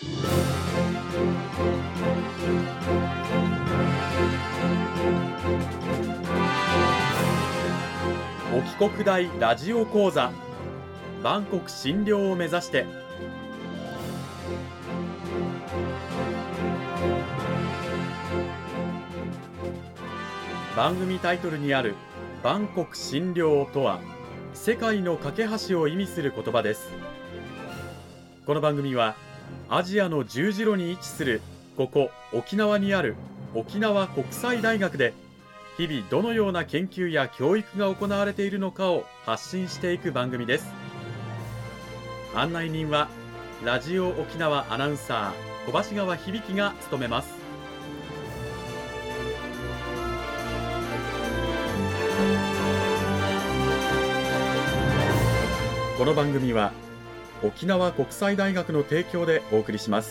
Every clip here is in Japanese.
沖国大ラジオ講座、万国診療を目指して。番組タイトルにある万国診療とは、世界の架け橋を意味する言葉です。この番組はアジアの十字路に位置するここ沖縄にある沖縄国際大学で、日々どのような研究や教育が行われているのかを発信していく番組です。案内人はラジオ沖縄アナウンサー小橋川響が務めます。この番組は沖縄国際大学の提供でお送りします。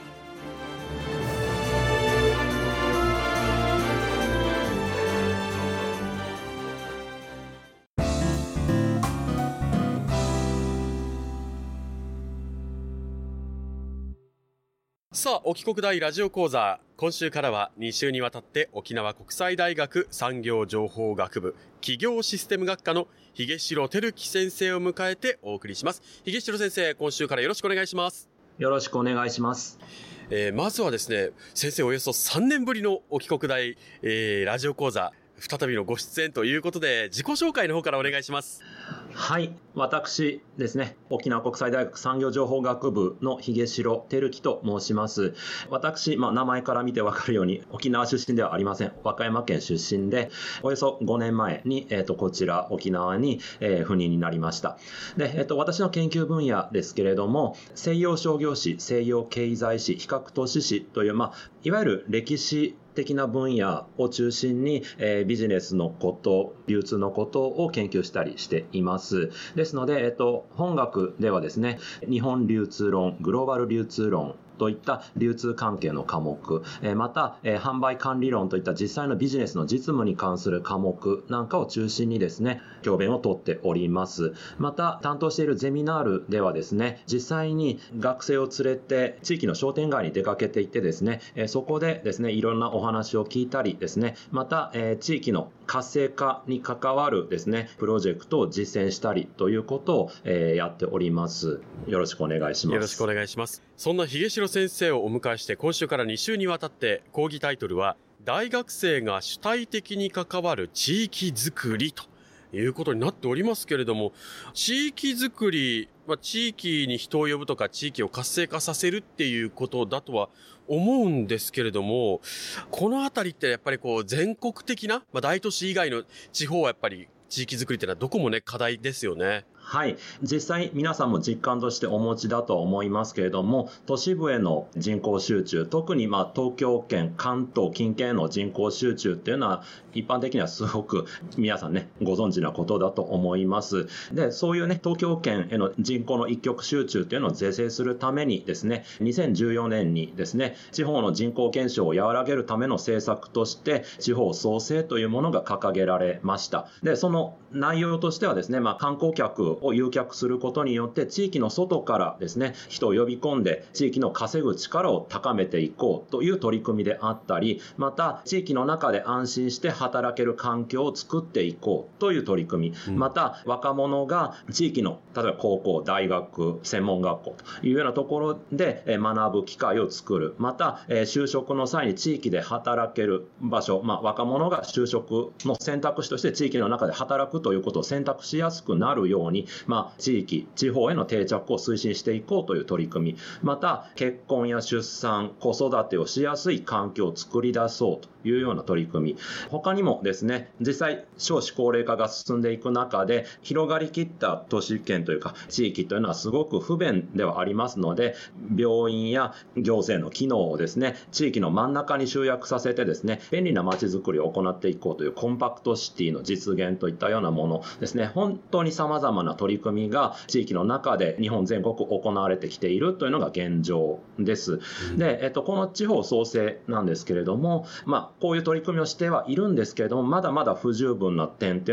さあ、沖国大ラジオ講座、今週からは2週にわたって沖縄国際大学産業情報学部企業システム学科の秀城照樹先生を迎えてお送りします。秀城先生、今週からよろしくお願いします。 よろしくお願いします。 まずはですね、先生およそ3年ぶりの沖国大、ラジオ講座、再びのご出演ということで、自己紹介の方からお願いします。 はい、私ですね、沖縄国際大学産業情報学部の秀城照樹と申します。私、名前から見てわかるように沖縄出身ではありません。和歌山県出身で、およそ5年前に、こちら沖縄に、赴任になりました。で、私の研究分野ですけれども、西洋商業史、西洋経済史、比較都市史という、いわゆる歴史的な分野を中心に、ビジネスのこと、流通のことを研究したりしています。ですので、本学ではですね、日本流通論、グローバル流通論といった流通関係の科目、また、販売管理論といった実際のビジネスの実務に関する科目なんかを中心にですね、教鞭をとっております。また、担当しているゼミナールではですね、実際に学生を連れて地域の商店街に出かけていってですね、そこでですね、いろんなお話を聞いたりですね、また、地域の活性化に関わるですね、プロジェクトを実践したりということを、やっております。よろしくお願いします。 よろしくお願いします。そんな秀城先生をお迎えして、今週から2週にわたって講義タイトルは、大学生が主体的に関わる地域づくりということになっておりますけれども、地域づくり、地域に人を呼ぶとか地域を活性化させるっていうことだとは思うんですけれども、このあたりってやっぱり全国的な、大都市以外の地方はやっぱり地域づくりってのはどこもね、課題ですよね。 はい。実際皆さんも実感としてお持ちだと思いますけれども、都市部への人口集中、特に東京圏、関東近県への人口集中っていうのは一般的にはすごく皆さんね、ご存知なことだと思います。で、そういうね、東京圏への人口の一極集中っていうのを是正するためにですね、2014年にですね、地方の人口減少を和らげるための政策として、地方創生というものが掲げられました。で、その内容としてはですね、観光客を誘客することによって地域の外からですね、人を呼び込んで地域の稼ぐ力を高めていこうという取り組みであったり、また地域の中で安心して働ける環境を作っていこうという取り組み、また若者が地域の例えば高校、大学、専門学校というようなところで学ぶ機会を作る、また就職の際に地域で働ける場所、若者が就職の選択肢として地域の中で働くということを選択しやすくなるように、地域、地方への定着を推進していこうという取り組み、また結婚や出産、子育てをしやすい環境を作り出そうというような取り組み、他にもですね、実際少子高齢化が進んでいく中で広がりきった都市圏というか地域というのはすごく不便ではありますので、病院や行政の機能をですね、地域の真ん中に集約させてですね、便利な街づくりを行っていこうというコンパクトシティの実現といったようなものですね、本当に様々な取り組みが地域の中で日本全国行われてきているというのが現状です。で、この地方創生なんですけれども、こういう取り組みをしてはいるんですけれども、まだまだ不十分な点っていうのが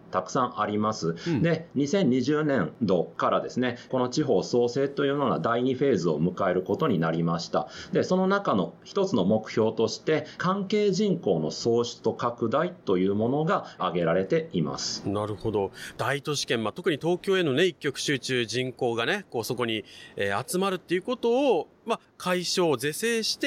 たくさんあります。 うん、 で、2020年度からですね、この地方創生というのが第2フェーズを迎えることになりました。で、その中の一つの目標として、関係人口の創出と拡大というものが挙げられています。 なるほど。大都市圏、特に東京へのね、一極集中人口がね、そこに、集まるっていうことを、解消、是正して、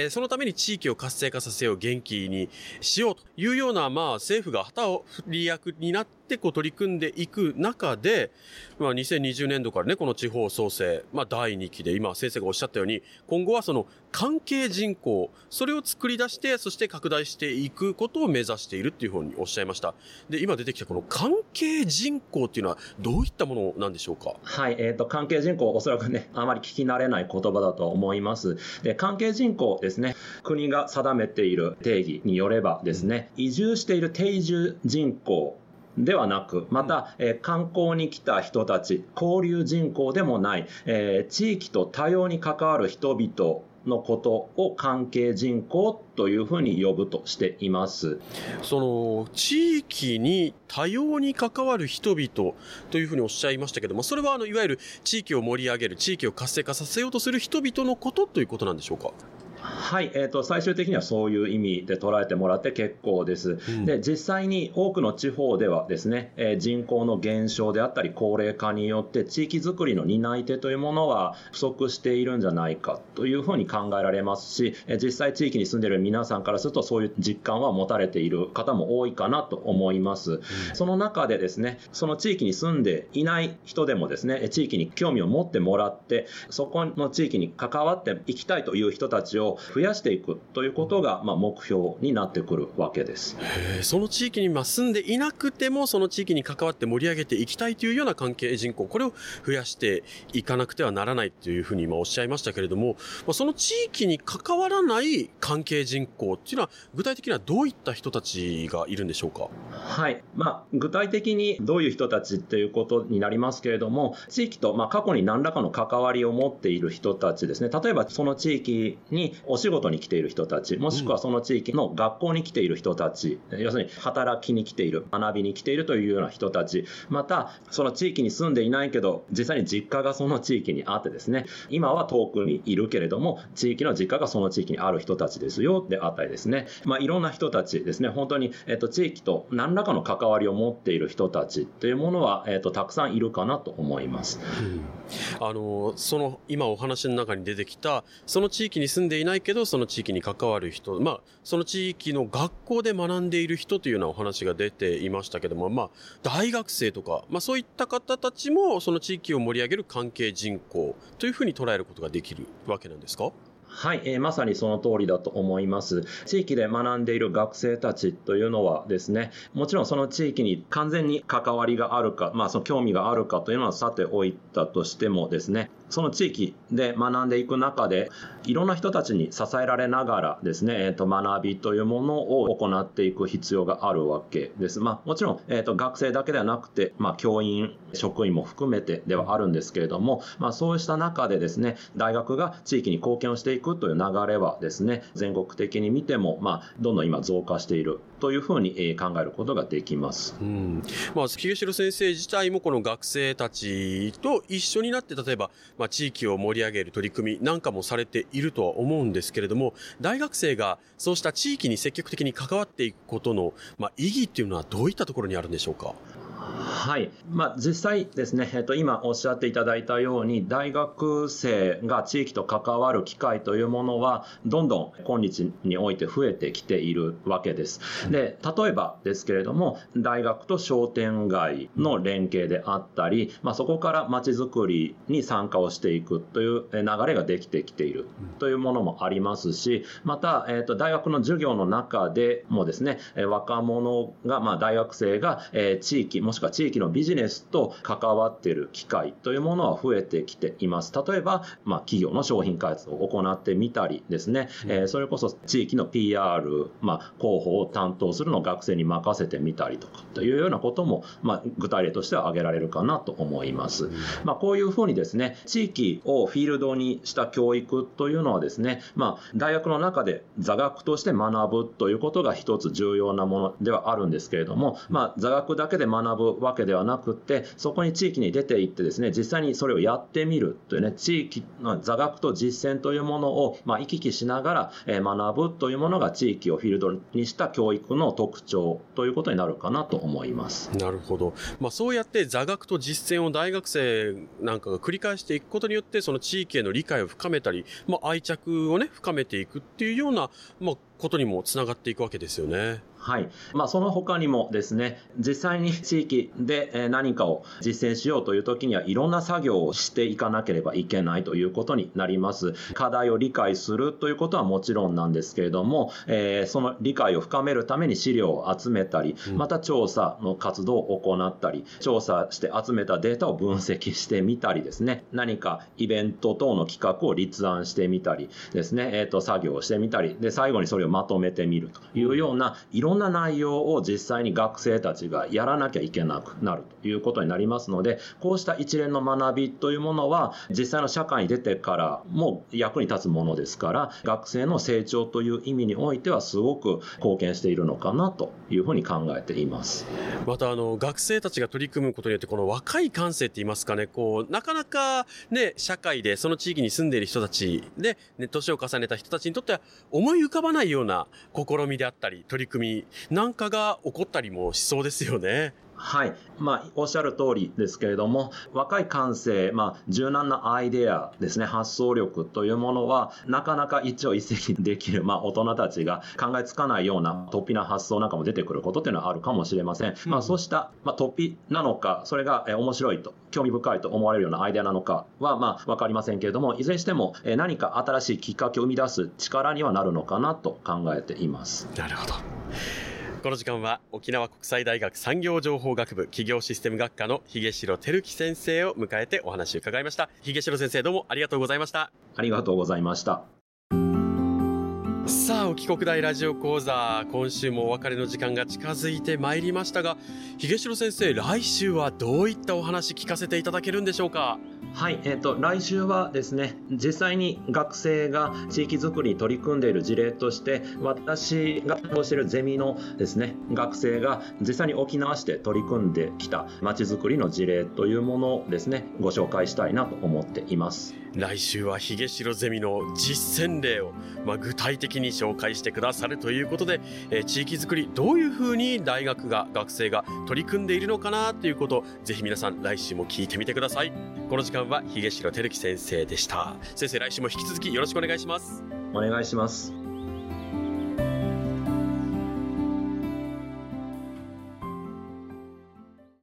そのために地域を活性化させよう、元気にしようというような、政府が旗を振り役になって取り組んでいく中で、2020年度からね、この地方創生、第2期で今先生がおっしゃったように、今後はその関係人口、それを作り出して、そして拡大していくことを目指しているっていうふうにおっしゃいました。で、今出てきたこの関係人口っていうのはどういったものなんでしょうか？ はい、関係人口、おそらくね、あまり聞き慣れない言葉だと思います。で、関係人口ですね、国が定めている定義によればですね、移住している定住人口ではなく、また、観光に来た人たち、交流人口でもない、地域と多様に関わる人々のことを関係人口というふうに呼ぶとしています。 その地域に多様に関わる人々というふうにおっしゃいましたけども、それはいわゆる地域を盛り上げる、地域を活性化させようとする人々のことということなんでしょうか？ はい、最終的にはそういう意味で捉えてもらって結構です。で、実際に多くの地方ではですね、人口の減少であったり高齢化によって地域づくりの担い手というものは不足しているんじゃないかというふうに考えられますし、実際地域に住んでいる皆さんからするとそういう実感は持たれている方も多いかなと思います。その中でですね、その地域に住んでいない人でもですね、地域に興味を持ってもらって、そこの地域に関わっていきたいという人たちを増やしていくということが目標になってくるわけです。 その地域に住んでいなくてもその地域に関わって盛り上げていきたいというような関係人口、これを増やしていかなくてはならないというふうに今おっしゃいましたけれども、その地域に関わらない関係人口っていうのは具体的にはどういった人たちがいるんでしょうか？ はい、具体的にどういう人たちということになりますけれども、地域と過去に何らかの関わりを持っている人たちですね。例えばその地域にお仕事に来ている人たち、もしくはその地域の学校に来ている人たち、要するに働きに来ている、学びに来ているというような人たち、またその地域に住んでいないけど実際に実家がその地域にあってですね、今は遠くにいるけれども地域の実家がその地域にある人たちですよであったりですね、いろんな人たちですね、本当に、地域と何らかの関わりを持っている人たちというものは、たくさんいるかなと思います。 その今お話の中に出てきたその地域に住んでいないけどその地域に関わる人、その地域の学校で学んでいる人というようなお話が出ていましたけども、大学生とか、そういった方たちもその地域を盛り上げる関係人口というふうに捉えることができるわけなんですか？ はい、まさにその通りだと思います。地域で学んでいる学生たちというのはですね、もちろんその地域に完全に関わりがあるか、その興味があるかというのはさておいたとしてもですね、その地域で学んでいく中でいろんな人たちに支えられながらですね、学びというものを行っていく必要があるわけです。もちろん、学生だけではなくて、教員、職員も含めてではあるんですけれども、そうした中でですね、大学が地域に貢献をしていくという流れはですね、全国的に見ても、どんどん今増加しているというふうに考えることができます。 重城先生自体もこの学生たちと一緒になって例えば、地域を盛り上げる取り組みなんかもされているとは思うんですけれども、大学生がそうした地域に積極的に関わっていくことの、意義っていうのはどういったところにあるんでしょうか？ はい、実際ですね、今おっしゃっていただいたように大学生が地域と関わる機会というものはどんどん今日において増えてきているわけです。で、例えばですけれども、大学と商店街の連携であったり、そこからまちづくりに参加をしていくという流れができてきているというものもありますし、また、大学の授業の中でもですね、若者が、大学生が地域もしくは地地域のビジネスと関わっている機会というものは増えてきています。例えば、企業の商品開発を行ってみたりですね、それこそ地域の PR、広報を担当するのを学生に任せてみたりとかというようなことも、具体例としては挙げられるかなと思います。こういうふうにですね、地域をフィールドにした教育というのはですね、大学の中で座学として学ぶということが一つ重要なものではあるんですけれども、座学だけで学ぶわけではなくって、そこに地域に出ていってですね、実際にそれをやってみるというね、地域の座学と実践というものを行き来しながら学ぶというものが地域をフィールドにした教育の特徴ということになるかなと思います。 なるほど。そうやって座学と実践を大学生なんかが繰り返していくことによって、その地域への理解を深めたり、愛着をね、深めていくっていうような、ことにもつながっていくわけですよね。 はい。その他にもですね、実際に地域で何かを実践しようという時にはいろんな作業をしていかなければいけないということになります。課題を理解するということはもちろんなんですけれども、その理解を深めるために資料を集めたり、また調査の活動を行ったり、調査して集めたデータを分析してみたりですね、何かイベント等の企画を立案してみたりですね、作業をしてみたり、で、最後にそれをまとめてみるというような、いろんな内容を実際に学生たちがやらなきゃいけなくなるということになりますので、こうした一連の学びというものは実際の社会に出てからも役に立つものですから、学生の成長という意味においてはすごく貢献しているのかなというふうに考えています。 また学生たちが取り組むことによって、この若い感性って言いますかね、なかなかね、社会でその地域に住んでいる人たちで、年を重ねた人たちにとっては思い浮かばないような試みであったり取り組みなんかが起こったりもしそうですよね。 はい。おっしゃる通りですけれども、若い感性、柔軟なアイデアですね、発想力というものは、なかなか一朝一夕にできる、大人たちが考えつかないような突飛な発想なんかも出てくることっていうのはあるかもしれません。そうした、突飛なのか、それが面白いと、興味深いと思われるようなアイデアなのかは、わかりませんけれども、いずれにしても何か新しいきっかけを生み出す力にはなるのかなと考えています。 なるほど。この時間は沖縄国際大学産業情報学部企業システム学科の髭城輝樹先生を迎えてお話を伺いました。髭城先生、どうもありがとうございました。 ありがとうございました。 さあ、沖国大ラジオ講座、今週もお別れの時間が近づいてまいりましたが、髭城先生、来週はどういったお話聞かせていただけるんでしょうか？ はい、来週はですね、実際に学生が地域づくりに取り組んでいる事例として、私が担当しているゼミのですね、学生が実際に沖縄市で取り組んできたまちづくりの事例というものをですね、ご紹介したいなと思っています。 来週は髭城ゼミの実践例を、具体的に紹介してくださるということで、地域づくりどういうふうに大学が学生が取り組んでいるのかなということをぜひ皆さん来週も聞いてみてください。この時間は髭城輝樹先生でした。先生、来週も引き続きよろしくお願いします。 お願いします。